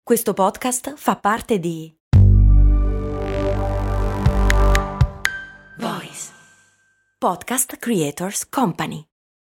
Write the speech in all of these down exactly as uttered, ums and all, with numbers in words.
Questo podcast fa parte di Voice Podcast Creators Company.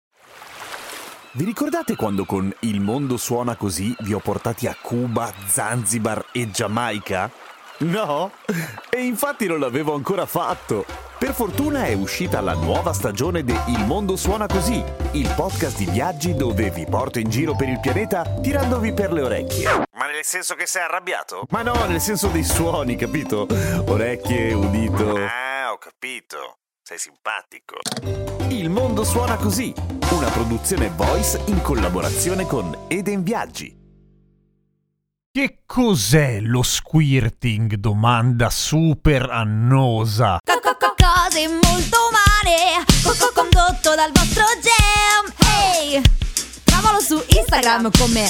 Vi ricordate quando con Il mondo suona così vi ho portati a Cuba, Zanzibar e Giamaica? No? E infatti non l'avevo ancora fatto. Per fortuna è uscita la nuova stagione di Il mondo suona così, il podcast di viaggi dove vi porto in giro per il pianeta tirandovi per le orecchie. Ma nel senso che sei arrabbiato? Ma no, nel senso dei suoni, capito? Orecchie, udito. Ah, ho capito. Sei simpatico. Il mondo suona così, una produzione Voice in collaborazione con Eden Viaggi. Che cos'è lo squirting? Domanda super annosa. Cose molto umane, Coco condotto dal vostro Gem. Hey! Trovalo su Instagram come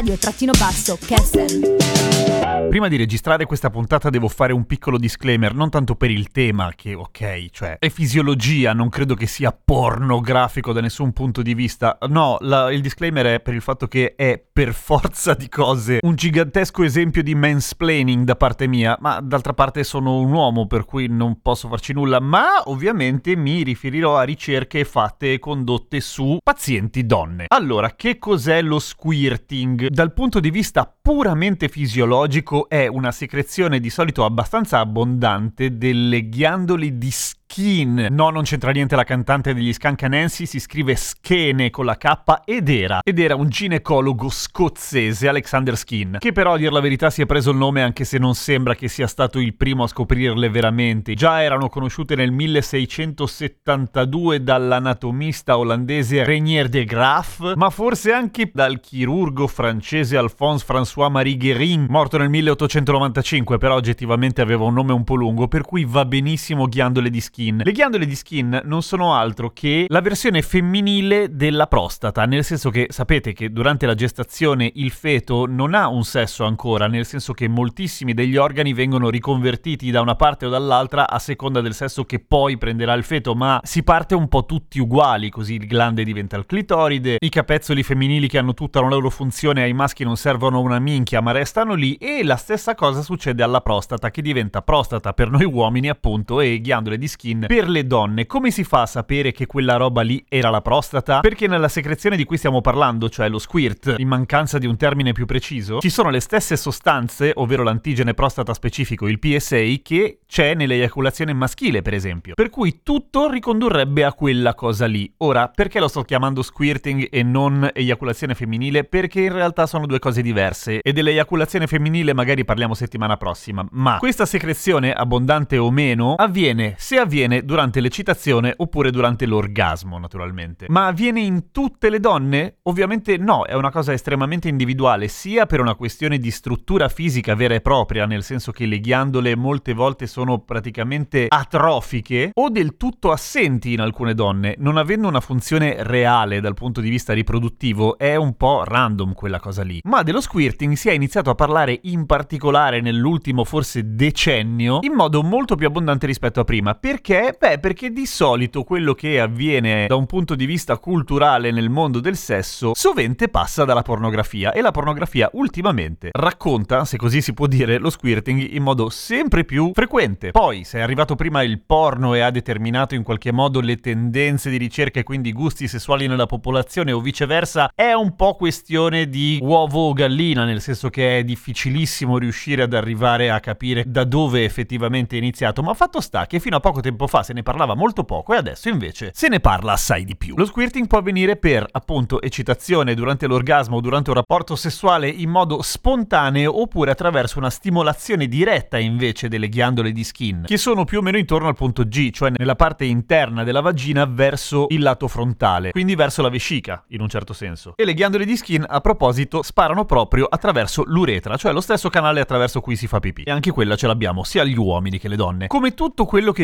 radio-basso-Kessen. Prima di registrare questa puntata devo fare un piccolo disclaimer, non tanto per il tema, che ok, cioè è fisiologia, non credo che sia pornografico da nessun punto di vista. No, la, il disclaimer è per il fatto che è per forza di cose un gigantesco esempio di mansplaining da parte mia, ma d'altra parte sono un uomo per cui non posso farci nulla, ma ovviamente mi riferirò a ricerche fatte e condotte su pazienti donne. Allora, che cos'è lo squirting? Dal punto di vista puramente fisiologico è una secrezione di solito abbastanza abbondante delle ghiandole di skin. No, non c'entra niente la cantante degli Scancanensi, si scrive Skene con la K ed era. Ed era un ginecologo scozzese, Alexander Skene, che però a dir la verità si è preso il nome anche se non sembra che sia stato il primo a scoprirle veramente. Già erano conosciute nel milleseicentosettantadue dall'anatomista olandese Reinier de Graaf, ma forse anche dal chirurgo francese Alphonse François-Marie Guérin, morto nel milleottocentonovantacinque, però oggettivamente aveva un nome un po' lungo, per cui va benissimo ghiandole di skin. Le ghiandole di skin non sono altro che la versione femminile della prostata, nel senso che sapete che durante la gestazione il feto non ha un sesso ancora, nel senso che moltissimi degli organi vengono riconvertiti da una parte o dall'altra a seconda del sesso che poi prenderà il feto, ma si parte un po' tutti uguali, così il glande diventa il clitoride, i capezzoli femminili che hanno tutta una loro funzione ai maschi non servono una minchia ma restano lì, e la stessa cosa succede alla prostata che diventa prostata per noi uomini appunto e ghiandole di skin per le donne. Come si fa a sapere che quella roba lì era la prostata? Perché nella secrezione di cui stiamo parlando, cioè lo squirt, in mancanza di un termine più preciso, ci sono le stesse sostanze, ovvero l'antigene prostata specifico, il P S A, che c'è nell'eiaculazione maschile, per esempio. Per cui tutto ricondurrebbe a quella cosa lì. Ora, perché lo sto chiamando squirting e non eiaculazione femminile? Perché in realtà sono due cose diverse, e dell'eiaculazione femminile magari parliamo settimana prossima, ma questa secrezione, abbondante o meno, avviene se avviene durante l'eccitazione oppure durante l'orgasmo, naturalmente. Ma avviene in tutte le donne? Ovviamente no, è una cosa estremamente individuale, sia per una questione di struttura fisica vera e propria, nel senso che le ghiandole molte volte sono praticamente atrofiche o del tutto assenti in alcune donne. Non avendo una funzione reale dal punto di vista riproduttivo, è un po' random quella cosa lì. Ma dello squirting si è iniziato a parlare in particolare nell'ultimo forse decennio in modo molto più abbondante rispetto a prima. Perché? Beh, perché di solito quello che avviene da un punto di vista culturale nel mondo del sesso sovente passa dalla pornografia, e la pornografia ultimamente racconta, se così si può dire, lo squirting in modo sempre più frequente. Poi, se è arrivato prima il porno e ha determinato in qualche modo le tendenze di ricerca e quindi i gusti sessuali nella popolazione o viceversa, è un po' questione di uovo o gallina, nel senso che è difficilissimo riuscire ad arrivare a capire da dove effettivamente è iniziato, ma fatto sta che fino a poco tempo fa se ne parlava molto poco e adesso invece se ne parla assai di più. Lo squirting può avvenire per appunto eccitazione durante l'orgasmo o durante un rapporto sessuale in modo spontaneo, oppure attraverso una stimolazione diretta invece delle ghiandole di skin, che sono più o meno intorno al punto G, cioè nella parte interna della vagina verso il lato frontale, quindi verso la vescica in un certo senso. E le ghiandole di skin, a proposito, sparano proprio attraverso l'uretra, cioè lo stesso canale attraverso cui si fa pipì, e anche quella ce l'abbiamo sia gli uomini che le donne. Come tutto quello che riguarda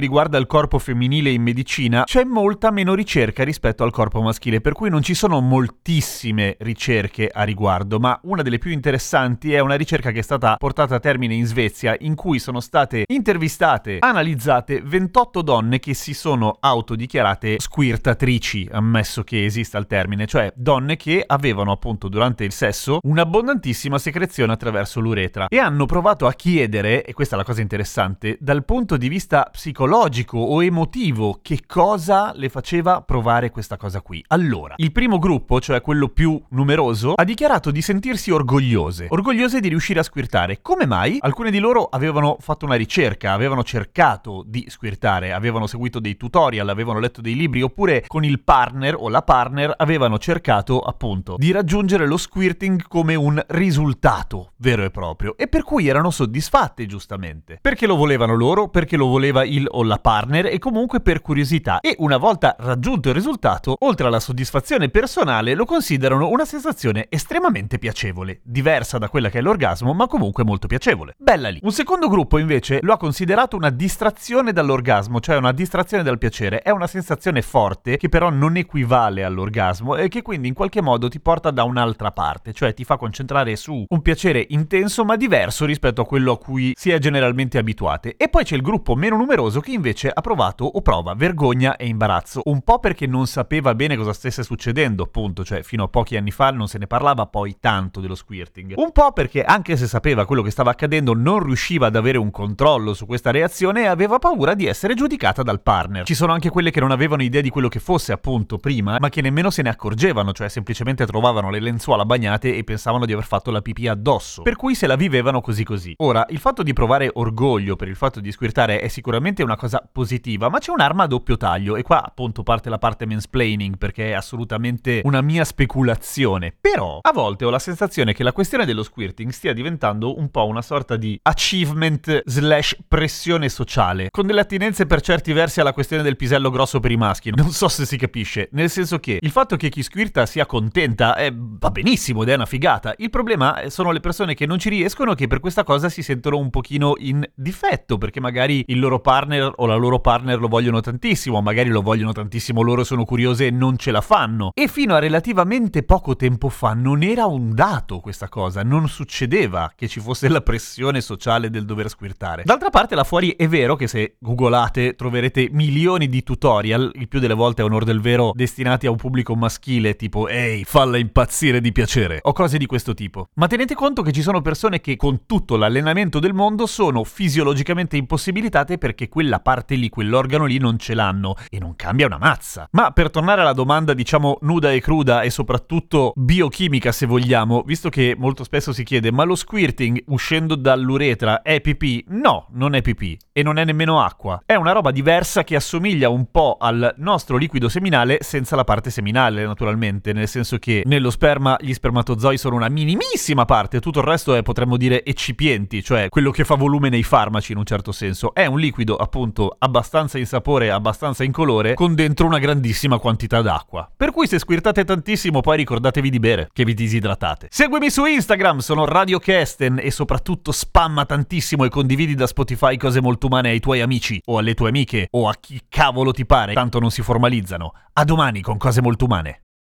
al corpo femminile in medicina c'è molta meno ricerca rispetto al corpo maschile, per cui non ci sono moltissime ricerche a riguardo, ma una delle più interessanti è una ricerca che è stata portata a termine in Svezia, in cui sono state intervistate, analizzate ventotto donne che si sono autodichiarate squirtatrici, ammesso che esista il termine, cioè donne che avevano appunto durante il sesso un'abbondantissima secrezione attraverso l'uretra, e hanno provato a chiedere, e questa è la cosa interessante, dal punto di vista psicologico o emotivo, che cosa le faceva provare questa cosa qui. Allora, il primo gruppo, cioè quello più numeroso, ha dichiarato di sentirsi orgogliose, orgogliose di riuscire a squirtare. Come mai? Alcune di loro avevano fatto una ricerca, avevano cercato di squirtare, avevano seguito dei tutorial, avevano letto dei libri, oppure con il partner o la partner avevano cercato appunto di raggiungere lo squirting come un risultato vero e proprio, e per cui erano soddisfatte, giustamente, perché lo volevano loro, perché lo voleva il o la partner, e comunque per curiosità. E una volta raggiunto il risultato, oltre alla soddisfazione personale, lo considerano una sensazione estremamente piacevole, diversa da quella che è l'orgasmo, ma comunque molto piacevole. Bella lì. Un secondo gruppo invece lo ha considerato una distrazione dall'orgasmo, cioè una distrazione dal piacere. È una sensazione forte che però non equivale all'orgasmo e che quindi in qualche modo ti porta da un'altra parte, cioè ti fa concentrare su un piacere intenso ma diverso rispetto a quello a cui si è generalmente abituate. E poi c'è il gruppo meno numeroso che invece ha provato o prova vergogna e imbarazzo, un po' perché non sapeva bene cosa stesse succedendo, appunto, cioè fino a pochi anni fa non se ne parlava poi tanto dello squirting, un po' perché anche se sapeva quello che stava accadendo non riusciva ad avere un controllo su questa reazione e aveva paura di essere giudicata dal partner. Ci sono anche quelle che non avevano idea di quello che fosse appunto prima, ma che nemmeno se ne accorgevano, cioè semplicemente trovavano le lenzuola bagnate e pensavano di aver fatto la pipì addosso, per cui se la vivevano così così. Ora, il fatto di provare orgoglio per il fatto di squirtare è sicuramente una cosa positiva, ma c'è un'arma a doppio taglio, e qua appunto parte la parte mansplaining, perché è assolutamente una mia speculazione. Però a volte ho la sensazione che la questione dello squirting stia diventando un po' una sorta di achievement slash pressione sociale, con delle attinenze per certi versi alla questione del pisello grosso per i maschi. Non so se si capisce, nel senso che il fatto che chi squirta sia contenta è, va benissimo ed è una figata. Il problema sono le persone che non ci riescono, che per questa cosa si sentono un pochino in difetto, perché magari il loro partner o la loro partner lo vogliono tantissimo, magari lo vogliono tantissimo loro, sono curiose e non ce la fanno. E fino a relativamente poco tempo fa non era un dato questa cosa, non succedeva che ci fosse la pressione sociale del dover squirtare. D'altra parte là fuori è vero che se googolate troverete milioni di tutorial, il più delle volte a onor del vero destinati a un pubblico maschile, tipo ehi, falla impazzire di piacere, o cose di questo tipo. Ma tenete conto che ci sono persone che con tutto l'allenamento del mondo sono fisiologicamente impossibilitate perché quella parte lì, quell'organo lì non ce l'hanno, e non cambia una mazza. Ma per tornare alla domanda diciamo nuda e cruda e soprattutto biochimica se vogliamo, visto che molto spesso si chiede ma lo squirting uscendo dall'uretra è pipì? No, non è pipì e non è nemmeno acqua. È una roba diversa che assomiglia un po' al nostro liquido seminale senza la parte seminale, naturalmente, nel senso che nello sperma gli spermatozoi sono una minimissima parte, tutto il resto è, potremmo dire, eccipienti, cioè quello che fa volume nei farmaci in un certo senso. È un liquido appunto abbastanza insapore, abbastanza incolore, con dentro una grandissima quantità d'acqua. Per cui se squirtate tantissimo poi ricordatevi di bere, che vi disidratate. Seguimi su Instagram, sono Radio Kesten, e soprattutto spamma tantissimo e condividi da Spotify Cose Molto Umane ai tuoi amici o alle tue amiche o a chi cavolo ti pare, tanto non si formalizzano. A domani con Cose Molto Umane.